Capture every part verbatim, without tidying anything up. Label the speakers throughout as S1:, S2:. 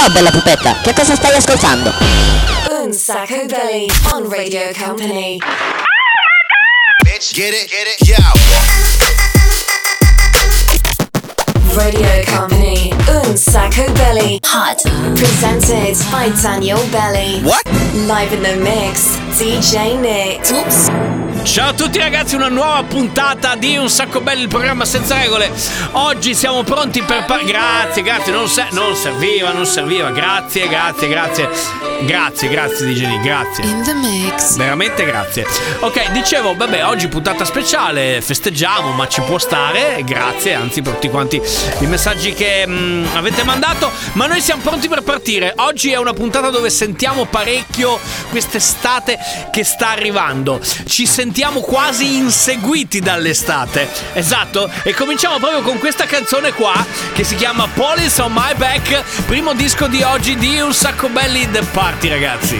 S1: Ciao bella pupetta, che cosa stai ascoltando?
S2: Un Sacco Belly on Radio Company.
S3: Bitch, get it, get it, yo.
S2: Radio Company, Un Sacco Belly. Hot. Presented by Daniel Belly.
S3: What?
S2: Live in the mix, D J Nick. Oops.
S4: Ciao a tutti ragazzi, una nuova puntata di Un Sacco Belli, il programma senza regole. Oggi siamo pronti per par- Grazie, grazie, non, se- non serviva, non serviva. Grazie, grazie, grazie. Grazie, grazie D J Nick, grazie.
S2: In the mix.
S4: Veramente grazie. Ok, dicevo, vabbè, oggi puntata speciale, festeggiamo, ma ci può stare. Grazie, anzi, per tutti quanti i messaggi che mh, avete mandato. Ma noi siamo pronti per partire. Oggi è una puntata dove sentiamo parecchio quest'estate che sta arrivando. Ci sentiamo quasi inseguiti dall'estate. Esatto. E cominciamo proprio con questa canzone qua, che si chiama Police on My Back. Primo disco di oggi di Un Sacco Belli The Party, ragazzi.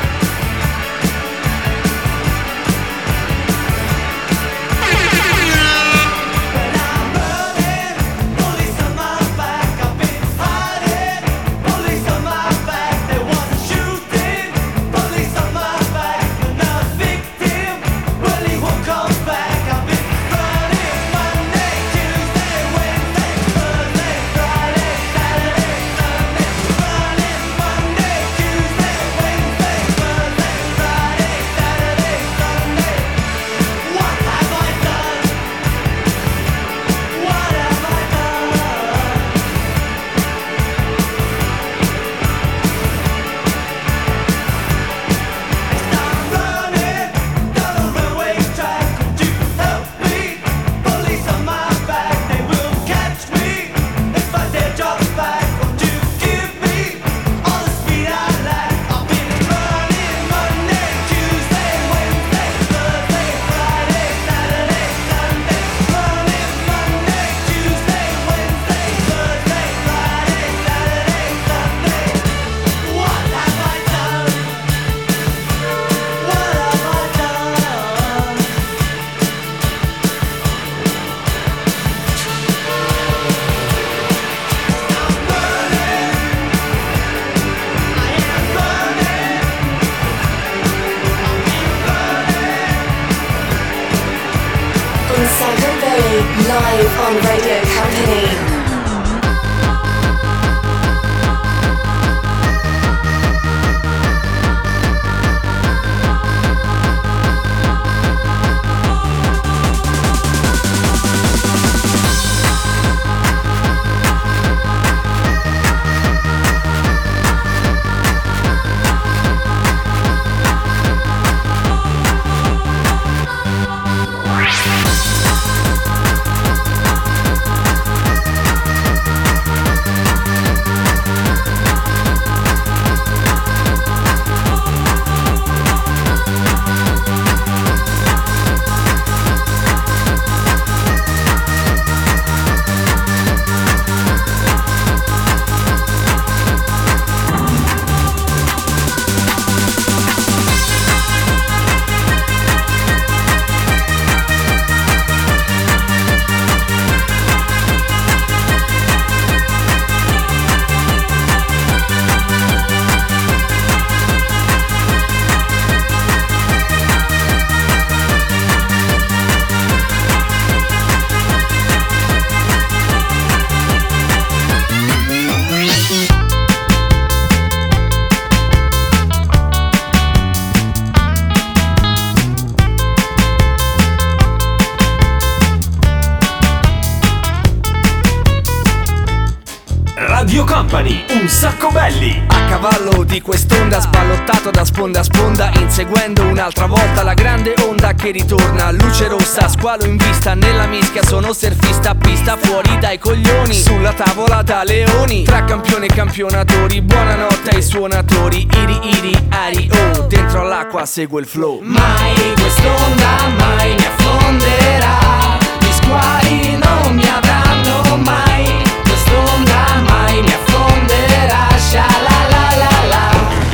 S2: Live on Radio Company.
S5: Radio Company, Un Sacco Belli.
S6: A cavallo di quest'onda, sballottato da sponda a sponda, inseguendo un'altra volta la grande onda che ritorna. Luce rossa, squalo in vista, nella mischia sono surfista a pista, fuori dai coglioni, sulla tavola da leoni. Tra campioni e campionatori, buonanotte ai suonatori. Iri iri ari oh, dentro all'acqua segue il flow. Mai quest'onda mai mi affonderà, gli squali non mi avranno mai. Quest'onda mai mi affonderà, sha la la la la,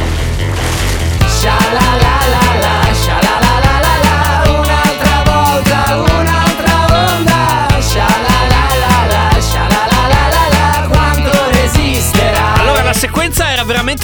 S6: sha la la la la, sha la la la la la. Un'altra volta, un'altra onda, sha la la la la, sha la la la la la. Quanto resisterà?
S4: Allora la sequenza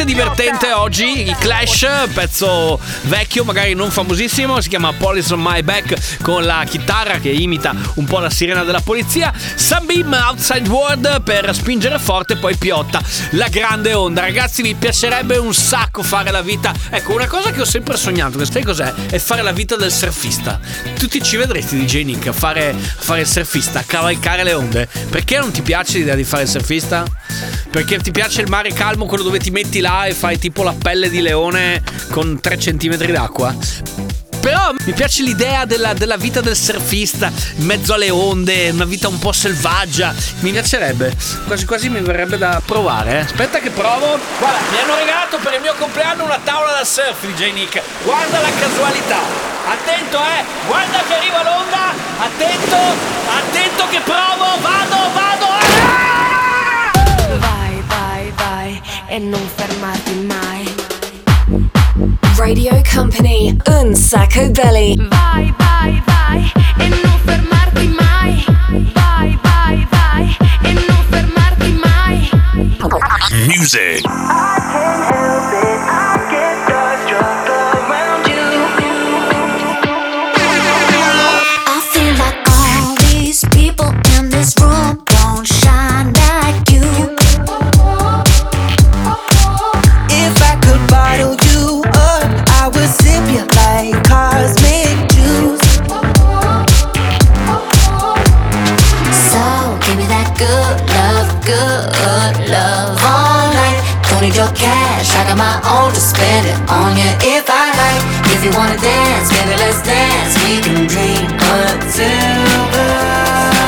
S4: divertente oggi, i Clash, pezzo vecchio, magari non famosissimo, si chiama Police on My Back, con la chitarra che imita un po' la sirena della polizia. Sunbeam, Outside World per spingere forte, poi Piotta, la grande onda. Ragazzi, mi piacerebbe un sacco fare la vita, ecco, una cosa che ho sempre sognato, che sai cos'è? È fare la vita del surfista. Tutti ci vedresti D J Nick a fare, a fare il surfista, a cavalcare le onde. Perché non ti piace l'idea di fare il surfista? Perché ti piace il mare calmo, quello dove ti metti là e fai tipo la pelle di leone con tre centimetri d'acqua? Però mi piace l'idea della, della vita del surfista in mezzo alle onde, una vita un po' selvaggia. Mi piacerebbe, quasi quasi mi verrebbe da provare. eh. Aspetta che provo. Guarda, mi hanno regalato per il mio compleanno una tavola da surf, D J Nick. Guarda la casualità. Attento, eh. Guarda che arriva l'onda. Attento, attento che provo. Vado, vado. Ah!
S7: Vai, vai, vai e non fermarti mai.
S2: Radio Company, un sacco belly.
S7: Vai, vai, vai e non fermarti mai. Vai, vai, vai e non fermarti mai.
S5: Music.
S8: I feel like all these people in this room don't shine like you.
S9: If I could bottle you up, I would sip you like cosmic juice.
S8: So give me that good love, good love all night. Don't need your cash, I got my own to spend it on you if I like. If you wanna dance, baby, let's dance. We can drink until the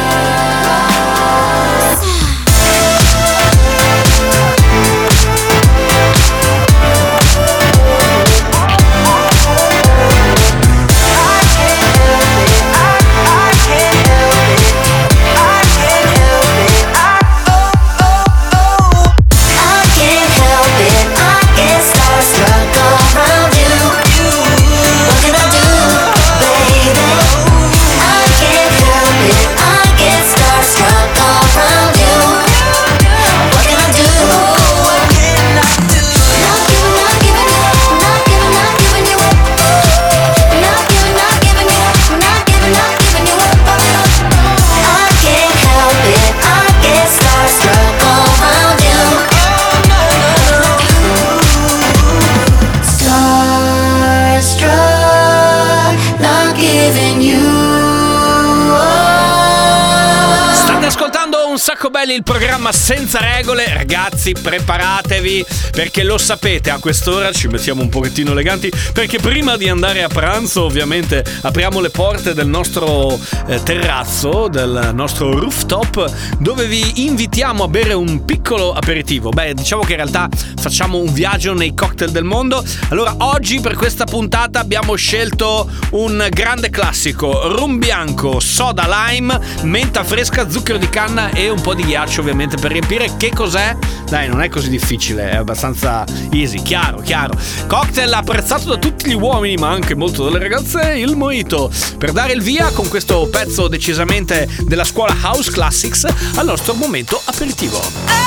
S4: Sacco Belli, il programma senza regole. Ragazzi, preparatevi, perché lo sapete, a quest'ora ci mettiamo un pochettino eleganti, perché prima di andare a pranzo ovviamente apriamo le porte del nostro eh, terrazzo, del nostro rooftop, dove vi invitiamo a bere un piccolo aperitivo. Beh, diciamo che in realtà facciamo un viaggio nei cocktail del mondo. Allora, oggi per questa puntata abbiamo scelto un grande classico: rum bianco, soda lime, menta fresca, zucchero di canna e un po' di ghiaccio, ovviamente, per riempire. Che cos'è? Dai, non è così difficile, è abbastanza easy, chiaro, chiaro. Cocktail apprezzato da tutti gli uomini, ma anche molto dalle ragazze, il mojito. Per dare il via con questo pezzo decisamente della scuola House Classics al nostro momento aperitivo.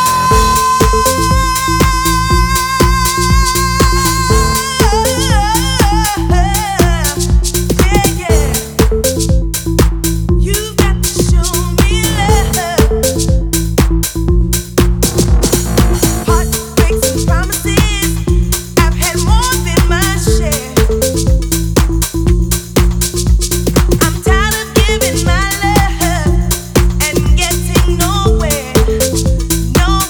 S10: No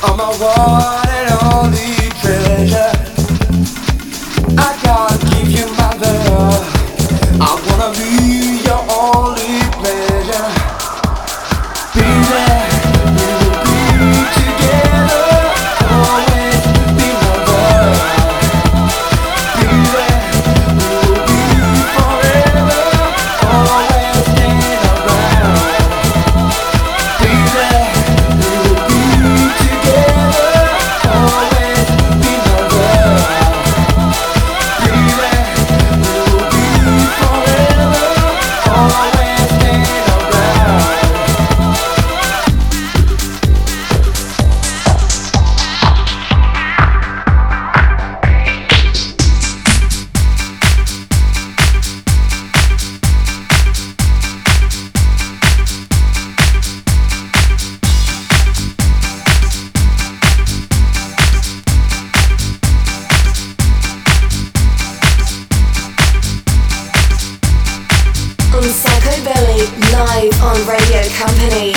S10: I'm a one and only treasure. I gotta give you my love. I wanna be your only pleasure. Be there, we will be together, always be my love. Be there, we will be forever, always stand around. Be there, we will be together, always be my love. Be there, we will be forever, always stand around.
S2: On Psycho Belly, live on Radio Company.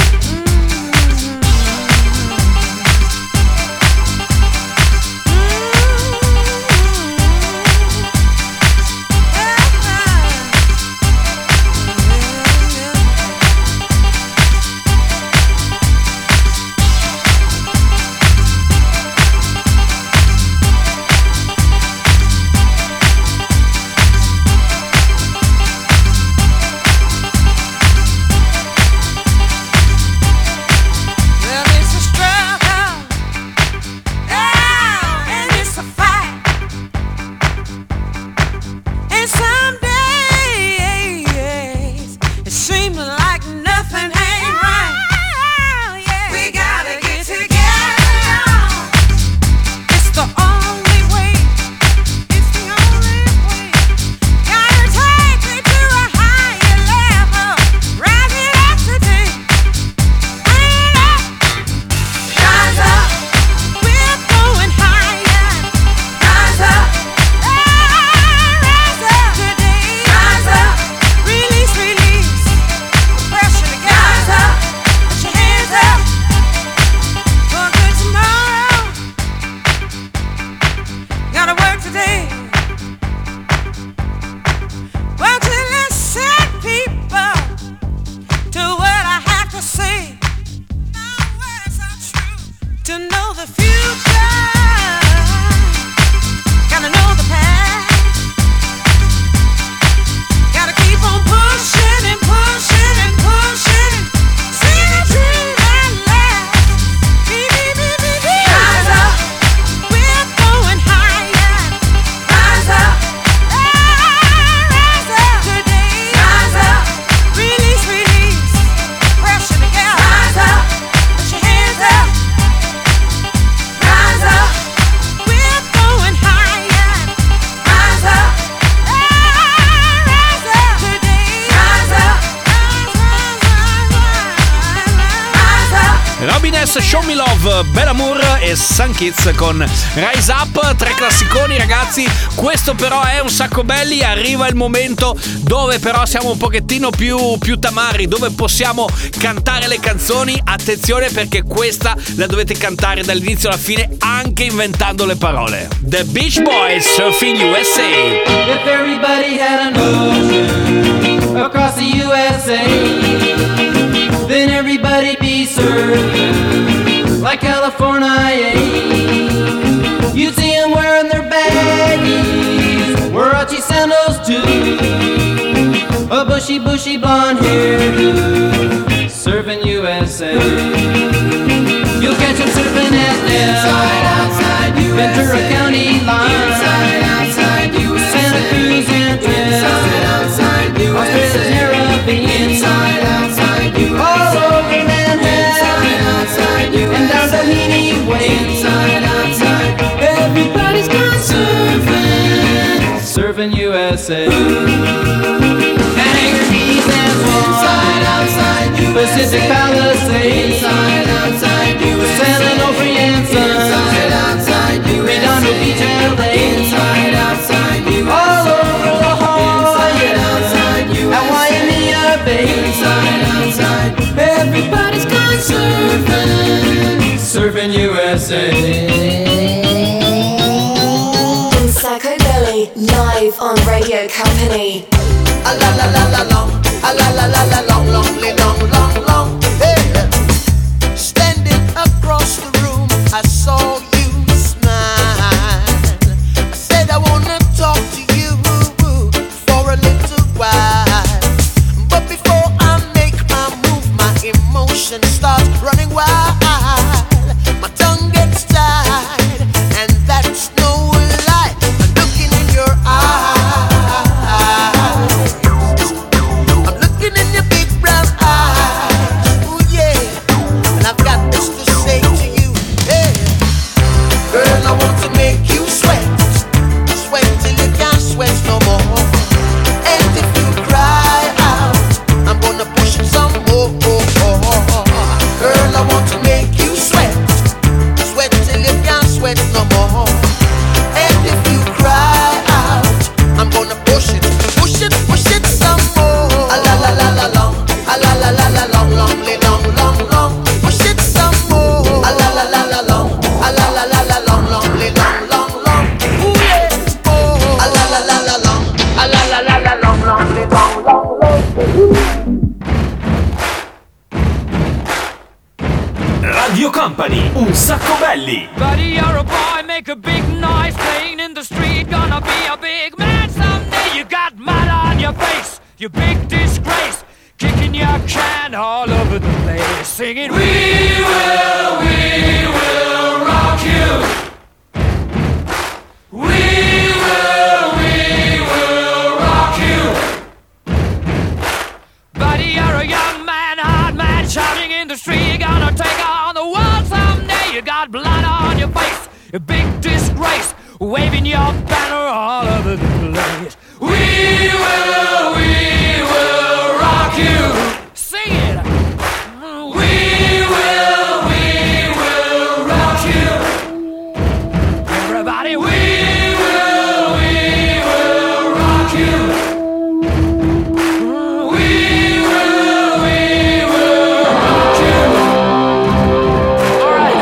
S4: Show Me Love, Belamour e Sun Kids con Rise Up, tre classiconi ragazzi. Questo però è un sacco belli. Arriva il momento dove però siamo un pochettino più, più tamari, dove possiamo cantare le canzoni. Attenzione, perché questa la dovete cantare dall'inizio alla fine, anche inventando le parole. The Beach Boys, Surfing U S A.
S11: If everybody had an ocean across the U S A, then everybody'd be surfing like California. You'd see them wearing their baggies, Warachi sandals too, a bushy, bushy blonde hairdo, surfing U S A. You'll catch them surfing at Nell, Ventura County line, inside, outside, U S A. Santa Cruz and Tell, Australia's Caribbean, inside, outside, U S A. All over Manhattan, outside, U S A. And down Tahiti Way, inside, outside. Everybody's gone surfing, surfing U S A. Hangar Keys and Swan, inside, outside, U S A. Pacific Palisades, inside, outside, U S A. San Onofre and Sun, inside, outside, U S A. Redondo Beach, L A, inside, outside, U S A. All over La Jolla, inside, outside, U S A. At Waimea Bay, inside, outside. Everybody's gone surfing, surfing U S A. S A.
S2: In Sacco Belly, live on Radio Company.
S10: A la la la la long, a la la la la long, long, long, long, long. Hey. Standing across the room, I saw you smile. I said I wanna talk to you for a little while, but before I make my move, my emotions start running wild. My tongue gets tied, and that's no lie. I'm looking in your eyes. I'm looking in your big brown eyes. Ooh yeah, and I've got this to say to you. Hey, girl, I want to make you sweat, sweat till you can't sweat no more. And if you cry out, I'm gonna push it some more. Girl, I want to make you sweat, sweat till you can't sweat no more. And if you cry out, I'm gonna push it, push it, push it some more. A la la la la long, a la la la la long, long, long, long, long. Push it some more. A la la la la long, a la la la la long, long, long, long, long. Ooh yeah, oh. A la la la la long, a la la la la long, long, long, long, long.
S5: Radio Company, un sacco belli.
S11: Buddy, you're a boy, make a big noise, playing in the street, gonna be a big man someday. You got mud on your face, you big disgrace, kicking your can all over the place, singing, we will, we will rock you. We will, we will rock you. Buddy, you're a young man, hard man, shouting in the street, gonna take on the world someday. You got blood on your face, a big disgrace, waving your banner all over the place. We will, we will rock you. Sing it. We will, we will rock you. Everybody, we will, we will rock you. We will, we will rock you. All right.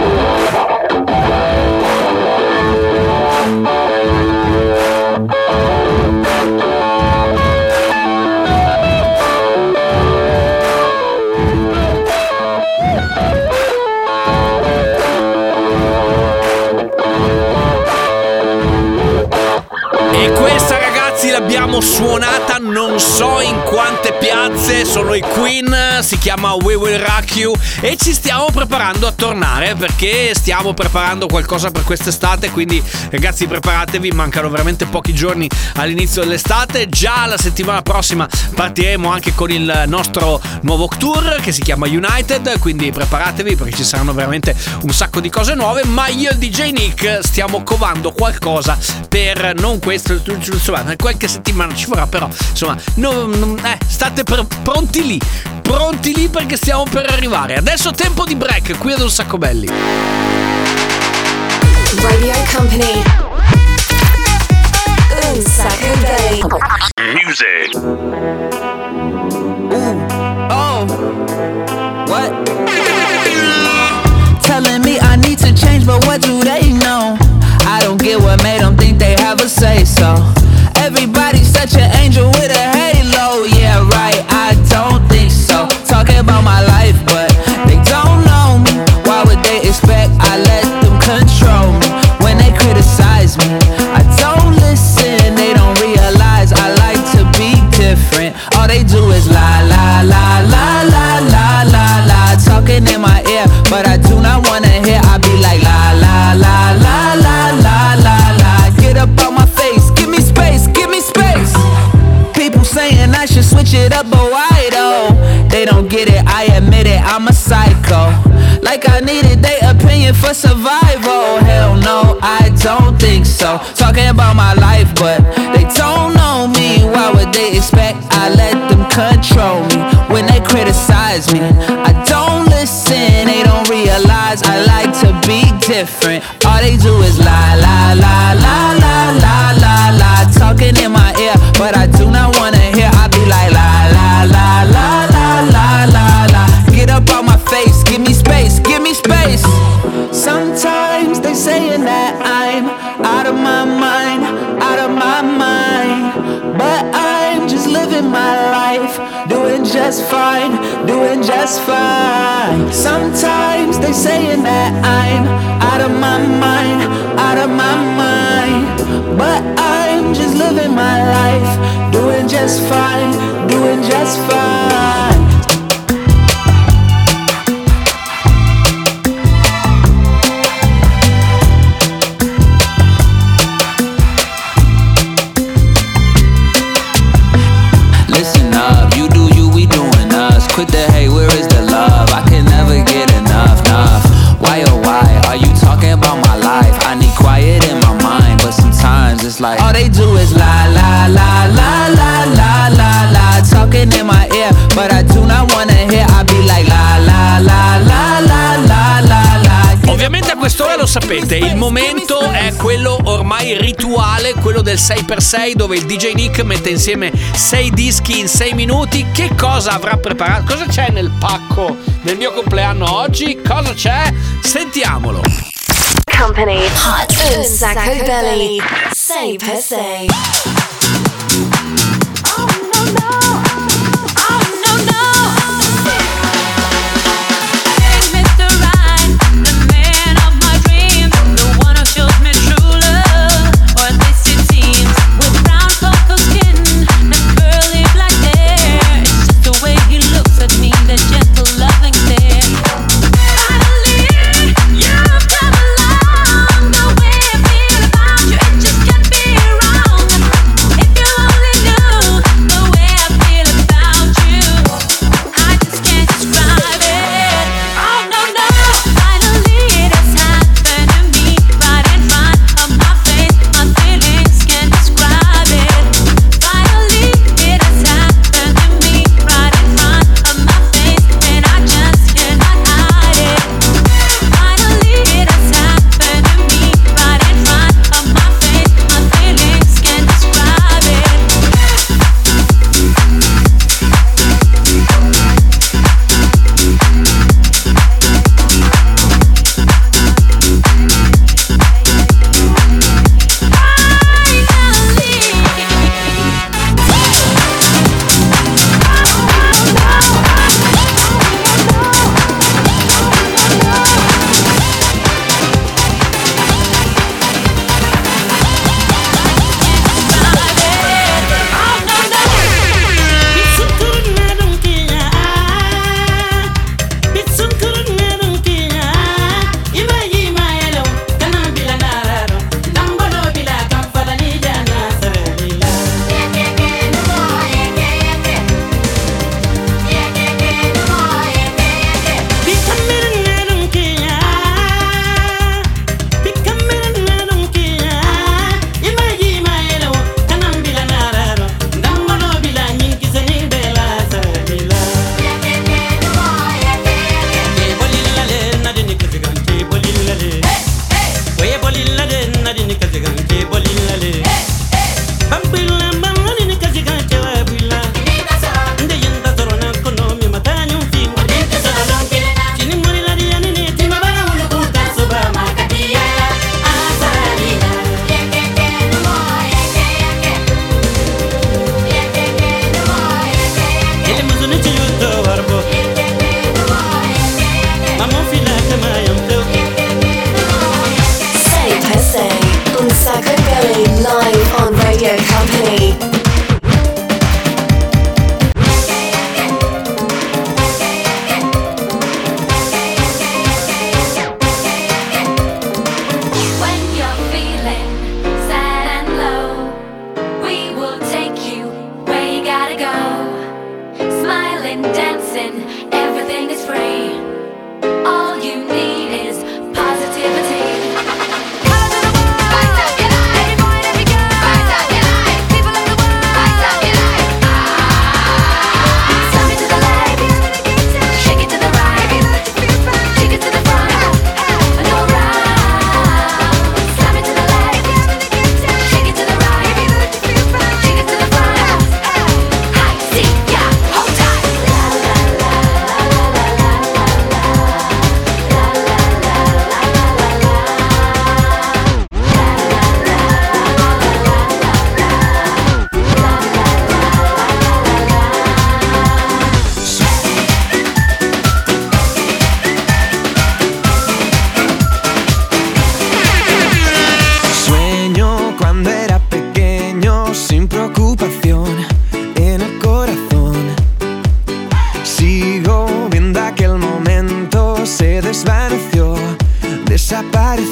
S4: E questa, ragazzi, l'abbiamo suonata non so in quante piazze. Sono i Queen, si chiama We Will Rock You e ci stiamo preparando a tornare, perché stiamo preparando qualcosa per quest'estate. Quindi, ragazzi, preparatevi, mancano veramente pochi giorni all'inizio dell'estate. Già la settimana prossima partiremo anche con il nostro nuovo tour che si chiama United, quindi preparatevi perché ci saranno veramente un sacco di cose nuove. Ma io e il D J Nick stiamo covando qualcosa per non questo, insomma, qualche settimana ci vorrà, però insomma non, non, eh, state per, pronti lì pronti lì perché stiamo per arrivare. Adesso tempo di break qui ad Un Sacco Belli.
S2: Radio Company. Un Sacco Belli.
S5: Music.
S6: Oh, what? Telling me I need to change, but what do they know? I don't get what made them think they have a say so. Everybody's such an angel with a halo. Yeah, right, I don't think so. Talking about my life, but they don't know me. Why would they expect I let them control me? When they criticize me, I don't listen. They don't realize I like to be different. All they do is lie, lie, lie, lie, lie, lie, lie, lie. Talking in my ear, but I do not wanna hear. I be like la, la, la, la, la, la, la, la. Get up on my face, give me space, give me space. People saying I should switch it up, but why though? They don't get it, I admit it, I'm a psycho. Like I needed their opinion for survival. Hell no, I don't think so. Talking about my life, but they don't know me. Why would they expect I let them control me? When they criticize me, I don't listen. They don't realize I like to be different. All they do is lie, lie, lie, lie, lie, lie, lie, lie. Talking in my ear, but I do not wanna hear. I be like la, la, la, la, la, la, la, la. Get up on my face, give me space, give me space.
S9: Sometimes they saying that I'm out of my mind, out of my mind. But I'm just living my life, doing just fine, doing just fine. Sometimes they saying that I'm out of my mind, out of my mind. But I'm just living my life, doing just fine, doing just fine.
S12: Listen up, you do you, we doing us. Quit the hate, where is the love? I can never get enough, enough. Why oh why are you talking about my life? I need quiet in my mind, but sometimes it's like all they do is la la la la la la la la, talking in my ear, but I do not wanna hear. I be like la la la la la la la la.
S4: Ovviamente a quest'ora lo sapete, il momento è quello ormai rituale, quello del sei per sei, dove il D J Nick mette insieme sei dischi in sei minuti. Che cosa avrà preparato? Cosa c'è nel pacco del mio compleanno oggi? Cosa c'è? Sentiamolo.
S2: Company Hot un sacco belly sei per sei.
S7: Just can't be wrong. If you only knew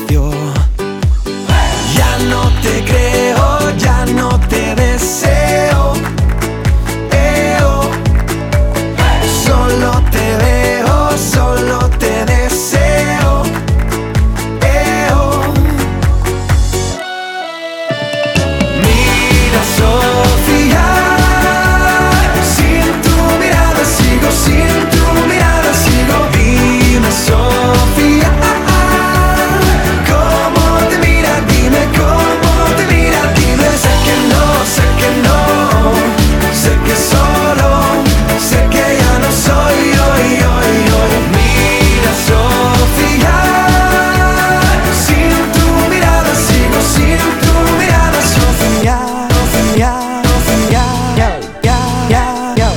S9: yo. Ya no te creo, ya no te deseo. Eo. Solo te veo, solo te deseo. Eo. Mira, Sofía, sin tu mirada sigo, sin tu mirada sigo. Dime, Sofía, cómo te mira, dime cómo te mira, dime. Sé que no, sé que no, sé que solo, sé que ya no soy yo, yo, yo. Mira, Sofía, sin tu mirada sigo, sin tu mirada, Sofía, Sofía, Sofía, yo, yo, yo, yo.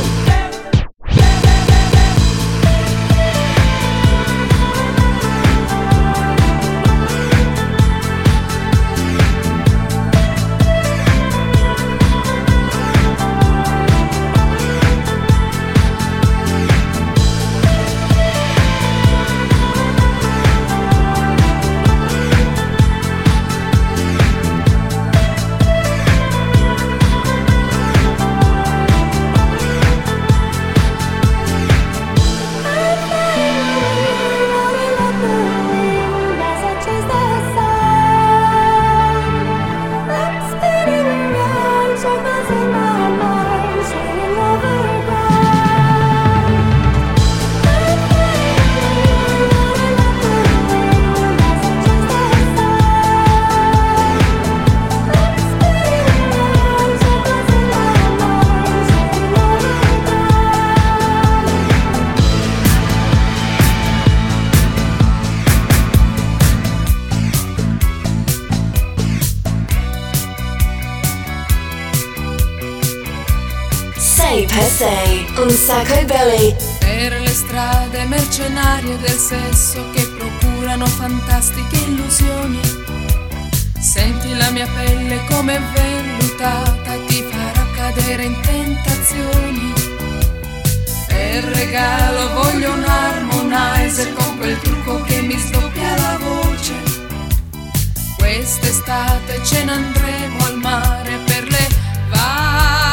S2: sei per sei, un sacco belli.
S7: Per le strade mercenarie del sesso che procurano fantastiche illusioni. Senti la mia pelle come vellutata, ti farà cadere in tentazioni. Per regalo voglio un harmonizer con quel trucco che mi sdoppia la voce. Quest'estate ce ne andremo al mare per le vacanze.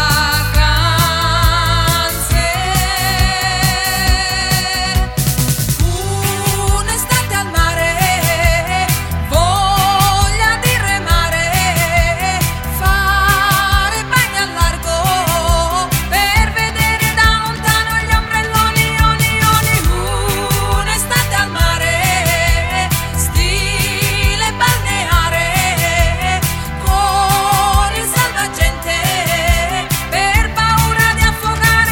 S7: Un'estate al mare, voglia di remare, fare bagni al largo per vedere da lontano gli ombrelloni, oni, oni. Un'estate al mare, stile balneare, con il salvagente per paura di affogare.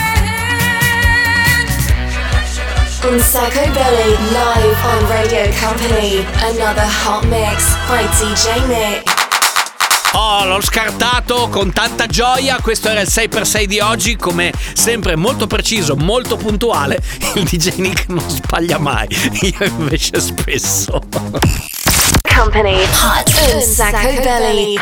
S2: Un sacco belli live on Radio Company. Another hot mix by D J Nick.
S4: Oh, l'ho scartato con tanta gioia. Questo era il sei per sei di oggi. Come sempre molto preciso, molto puntuale. Il D J Nick non sbaglia mai. Io invece spesso.
S2: Company Hot Un sacco belli.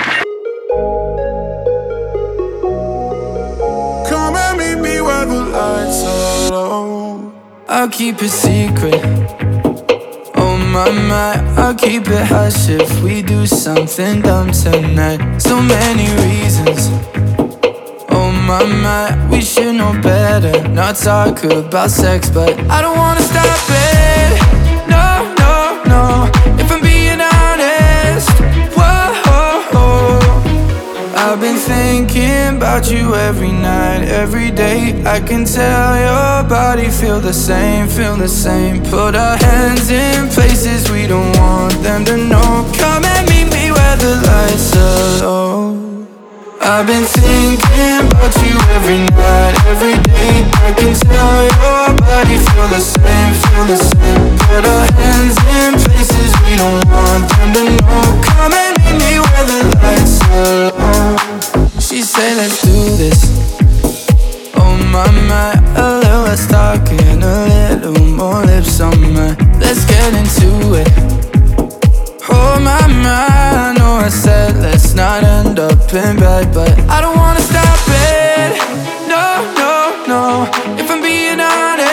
S9: Come and meet me where the lights are low. I'll keep it secret. Oh my, my, I'll keep it hush if we do something dumb tonight. So many reasons. Oh my, my, we should know better. Not talk about sex, but I don't wanna stop it. No, no, no, if I'm being honest. Whoa, I've been thinking about you every night, every day. I can tell your body feel the same, feel the same. Put our hands in places we don't want them to know. Come and meet me where the lights are low. I've been thinking about you every night, every day. I can tell your body feel the same, feel the same. Put our hands in places we don't want them to know. Come and meet me where the lights are low. She said let's do this. Oh my, my, a little less talking, a little more lips on mine. Let's get into it. Oh my, my, I know I said let's not end up in bed, but I don't wanna stop it. No, no, no, if I'm being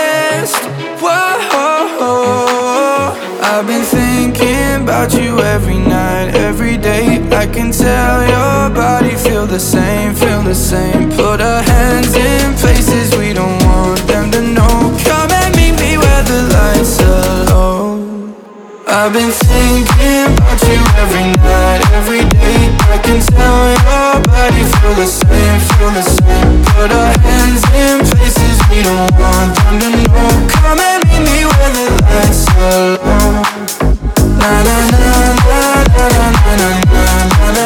S9: honest. Whoa, I've been thinking about you every every night, every day. I can tell your body feel the same, feel the same. Put our hands in places we don't want them to know. Come and meet me where the lights are low. I've been thinking about you every night, every day. I can tell your body feel the same, feel the same. Put our hands in places we don't want them to know. Come and meet me where the lights are low. Na na na na na na na na na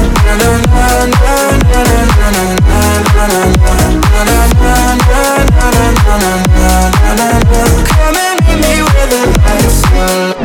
S9: na. Come and meet me where the lights are low.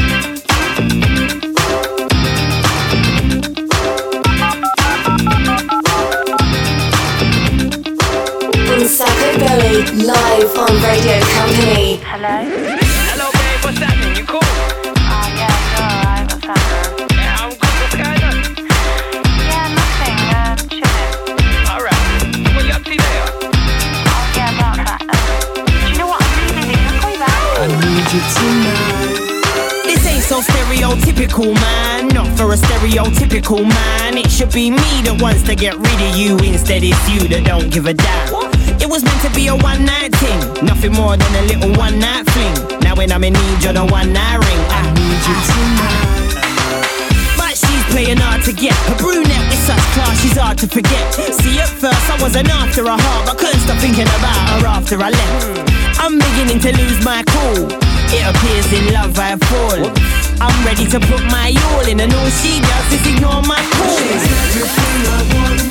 S2: Sacco Belly, live on Radio Company.
S13: Hello? Hello, babe, what's happening? You cool? Oh, yeah, sure, alright, what's happening? Yeah, I'm good, what's going on? Yeah, nothing, uh, chilling. Alright, what you up to there? Oh, yeah, about that. Um, do you know what, I'm really busy, can I call you back?
S9: I need you tonight.
S14: This ain't so stereotypical, man. Not for a stereotypical man. It should be me that wants to get rid of you. Instead it's you that don't give a damn. It was meant to be a one night thing, nothing more than a little one night fling. Now when I'm in need, you're the one night ring. I need you tonight. But she's playing hard to get. A brunette with such class, she's hard to forget. See, at first I wasn't after her heart, but couldn't stop thinking about her after I left. I'm beginning to lose my cool. It appears in love I fall. I'm ready to put my all in, and all she does is ignore my call.
S9: She's everything I want.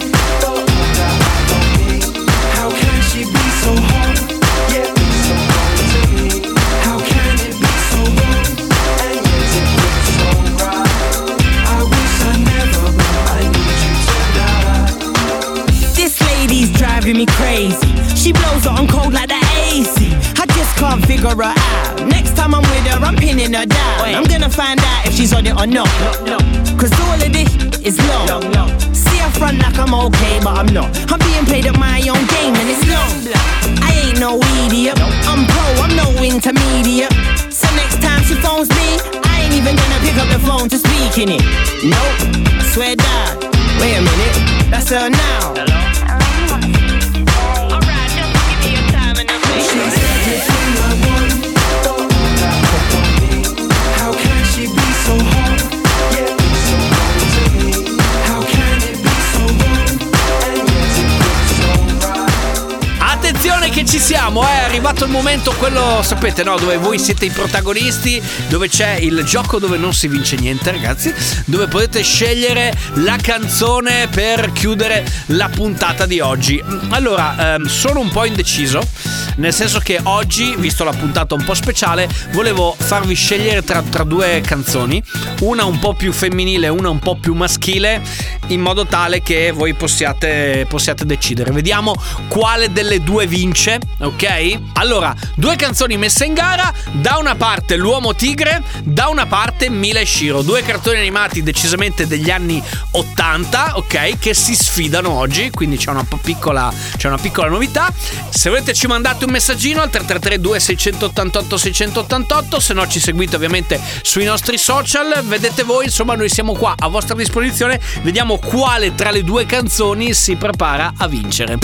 S9: How can she be so hard? Yeah, be so hard to me. How can it be so wrong? And yet it looks so right. I wish I never, but I need you tonight.
S14: This lady's driving me crazy. She blows it on cold like the A C. I just can't figure her out. Next time I'm with her, I'm pinning her down. I'm gonna find out if she's on it or not. Cause all of this is long. See her front like I'm okay, but I'm not. I'm being played at my own game and it's long. I ain't no idiot. I'm pro, I'm no intermediate. So next time she phones me, I ain't even gonna pick up the phone to speak in it. Nope, I swear down. Wait a minute, that's her now. Hello? Alright, just give me your time and a place.
S9: She's everything I want. How can she be so hard? Yeah, be so hard to me. How can it be so wrong? And yet it looks so right.
S4: Attenzione che ci siamo, eh, è arrivato il momento, quello sapete, no, dove voi siete i protagonisti, dove c'è il gioco dove non si vince niente, ragazzi, dove potete scegliere la canzone per chiudere la puntata di oggi. Allora, ehm, sono un po' indeciso, nel senso che oggi, visto la puntata un po' speciale, volevo farvi scegliere tra, tra due canzoni, una un po' più femminile, una un po' più maschile, in modo tale che voi possiate, possiate decidere. Vediamo quale delle due vince, ok? Allora, due canzoni messe in gara, da una parte l'Uomo Tigre, da una parte Mila e Shiro, due cartoni animati decisamente degli anni ottanta, ok? Che si sfidano oggi, quindi c'è una piccola, c'è una piccola novità. Se volete ci mandate un messaggino al tre tre tre due sei otto otto sei otto otto, se no ci seguite ovviamente sui nostri social, vedete voi, insomma noi siamo qua a vostra disposizione, vediamo quale tra le due canzoni si prepara a vincere.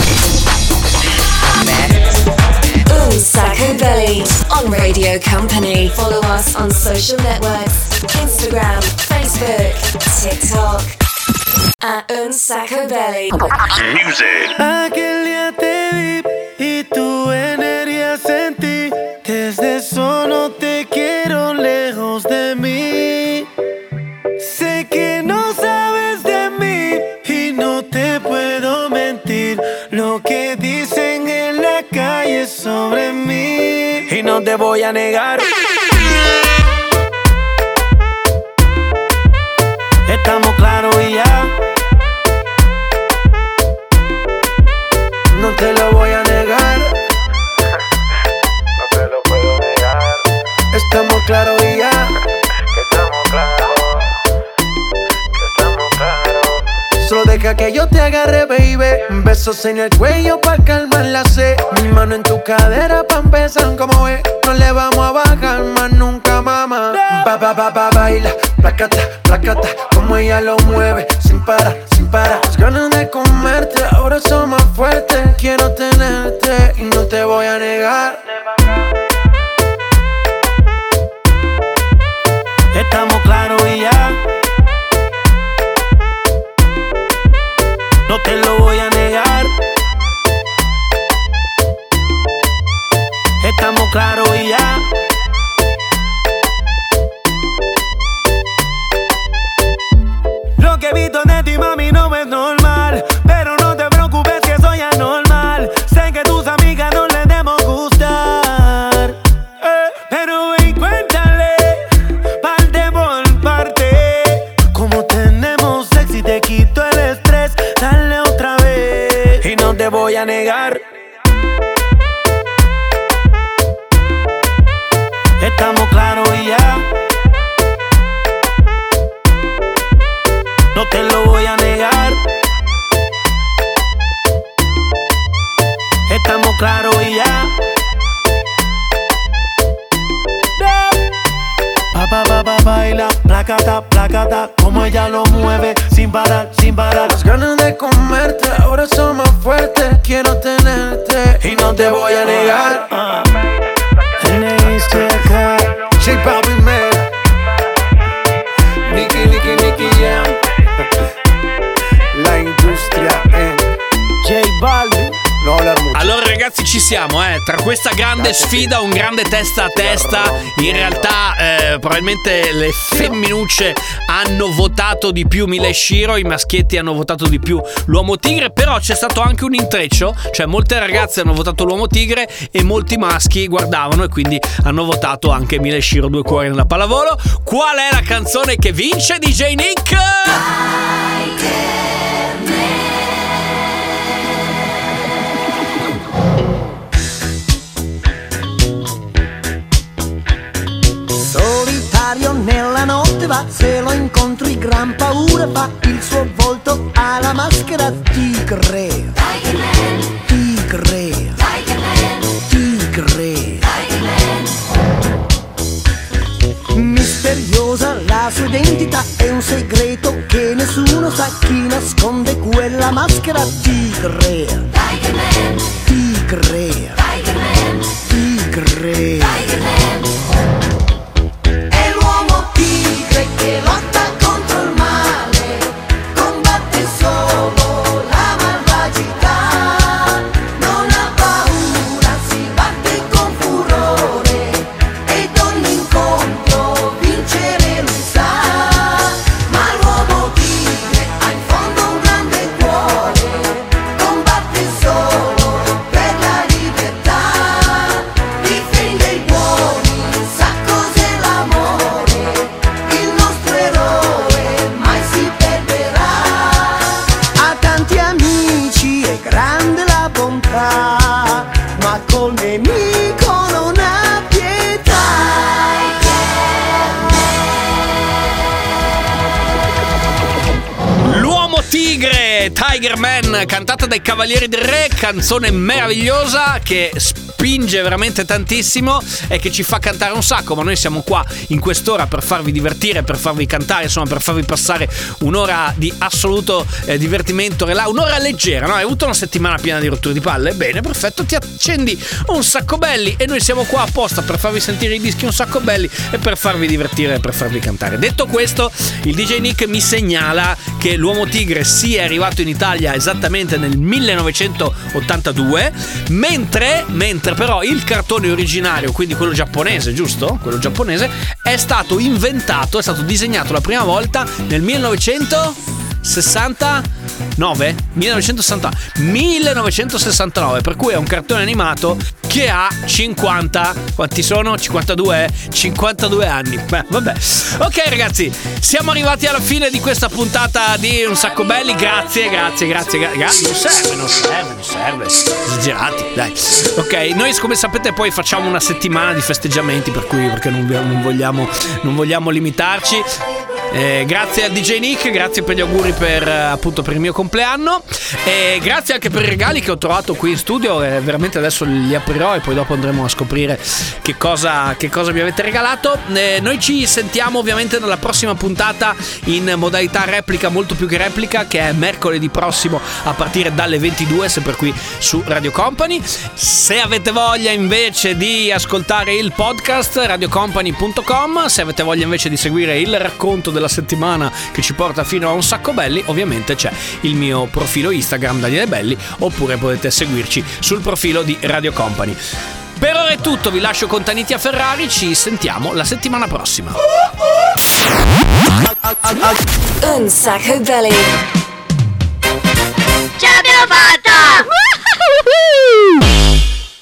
S2: Un Sacco Belly on Radio Company. Follow us on social networks, Instagram, Facebook, TikTok at Un Sacco Belly.
S5: Music.
S9: Aquel día te vi y tu energía sentí. Desde eso no te quiero lejos de mí. Sé que no sabes de mí y no te puedo mentir. Lo que dicen en la calle sobre mí y no te voy a negar. Estamos claros y ya. No te lo voy a negar. No te lo puedo negar. Estamos claros y ya. Que estamos claros. Que estamos claros. Solo
S15: deja que yo te agarre, baby. Besos en el cuello pa' calmar la sed. Mi mano en tu cadera pa' empezar, como ves. No le vamos a bajar más nunca, mamá. Ba, ba, ba, ba, baila, placata, placata. Como ella lo mueve, sin parar, sin parar. Las ganas de comerte, ahora son más fuertes. Quiero tenerte y no te voy a negar.
S16: Estamos claros y ya. No te lo voy a negar. Estamos claros y ya. Lo que he visto de ti, mami, no es normal. Pero no te preocupes que soy anormal. Sé que tus amigas no les debemos gustar, eh, pero ven, cuéntale parte por parte. Como tenemos sexy y te quito el estrés. Dale otra vez y no te voy a negar. Estamos claros y ya. No te lo voy a negar. Estamos claros y ya. Pa, pa, pa, pa, baila, placata, placata. Como ella lo mueve, sin parar, sin parar.
S15: Las ganas de comerte, ahora son más fuertes. Quiero tenerte y no te voy a negar. uh. J Balvin, man. Nicky, Nicky, Nicky, yeah. La industria en
S16: J Balvin.
S15: No hablar mucho.
S4: Allora ragazzi, ci siamo, eh. Tra questa grande sfida, un grande testa a testa. In realtà eh, probabilmente le femminucce hanno votato di più Mila e Shiro, i maschietti hanno votato di più l'Uomo Tigre. Però c'è stato anche un intreccio, cioè molte ragazze hanno votato l'Uomo Tigre e molti maschi guardavano e quindi hanno votato anche Mila e Shiro, due cuori nella pallavolo. Qual è la canzone che vince, D J Nick?
S10: Solitario nella notte va, se lo incontri gran paura fa. Il suo volto ha la maschera tigre. Tigre. Tigre. Misteriosa la sua identità, è un segreto che nessuno sa. Chi nasconde quella maschera tigre. Tigre. Tigre. Che lotta contro il male, combatte solo la malvagità, non ha paura, si batte con furore ed ogni incontro vincere lui sa. Ma l'uomo tigre ha in fondo un grande cuore, combatte solo per la libertà, difende i buoni, sa cos'è l'amore. Grande la bontà, ma col nemico non ha pietà.
S4: L'Uomo Tigre, Tiger Man, cantata dai Cavalieri del Re, canzone meravigliosa che spinge veramente tantissimo e che ci fa cantare un sacco. Ma noi siamo qua in quest'ora per farvi divertire, per farvi cantare, insomma per farvi passare un'ora di assoluto eh, divertimento, un'ora leggera, no? Hai avuto una settimana piena di rotture di palle? Bene, perfetto, ti accendi un sacco belli e noi siamo qua apposta per farvi sentire i dischi un sacco belli e per farvi divertire e per farvi cantare. Detto questo, il D J Nick mi segnala che l'Uomo Tigre sia arrivato in Italia esattamente nel millenovecentottantadue, mentre, mentre però il cartone originario, quindi quello giapponese, giusto? Quello giapponese è stato inventato, è stato disegnato la prima volta nel millenovecentosessantanove millenovecentosessantanove, per cui è un cartone animato che ha cinquanta, quanti sono? cinquantadue? cinquantadue anni. Beh, vabbè. Ok ragazzi, siamo arrivati alla fine di questa puntata di Un Sacco Belli. Grazie, grazie, grazie, gra- grazie. Non serve, non serve, non serve. Esagerati, dai. Ok, noi come sapete poi facciamo una settimana di festeggiamenti, per cui perché non, non vogliamo non vogliamo limitarci. Eh, grazie al D J Nick, grazie per gli auguri per appunto per il mio compleanno, e grazie anche per i regali che ho trovato qui in studio. Eh, veramente adesso li aprirò e poi dopo andremo a scoprire che cosa, che cosa mi avete regalato. Eh, noi ci sentiamo ovviamente nella prossima puntata in modalità replica, molto più che replica, che è mercoledì prossimo a partire dalle ventidue, sempre qui su Radio Company. Se avete voglia invece di ascoltare il podcast, radio company punto com. Se avete voglia invece di seguire il racconto della settimana che ci porta fino a un sacco belli, ovviamente c'è il mio profilo Instagram Daniele Belli, oppure potete seguirci sul profilo di Radio Company. Per ora è tutto, vi lascio con Tanitia Ferrari, ci sentiamo la settimana prossima.
S2: Un sacco belli.
S17: Ce l'abbiamo fatta!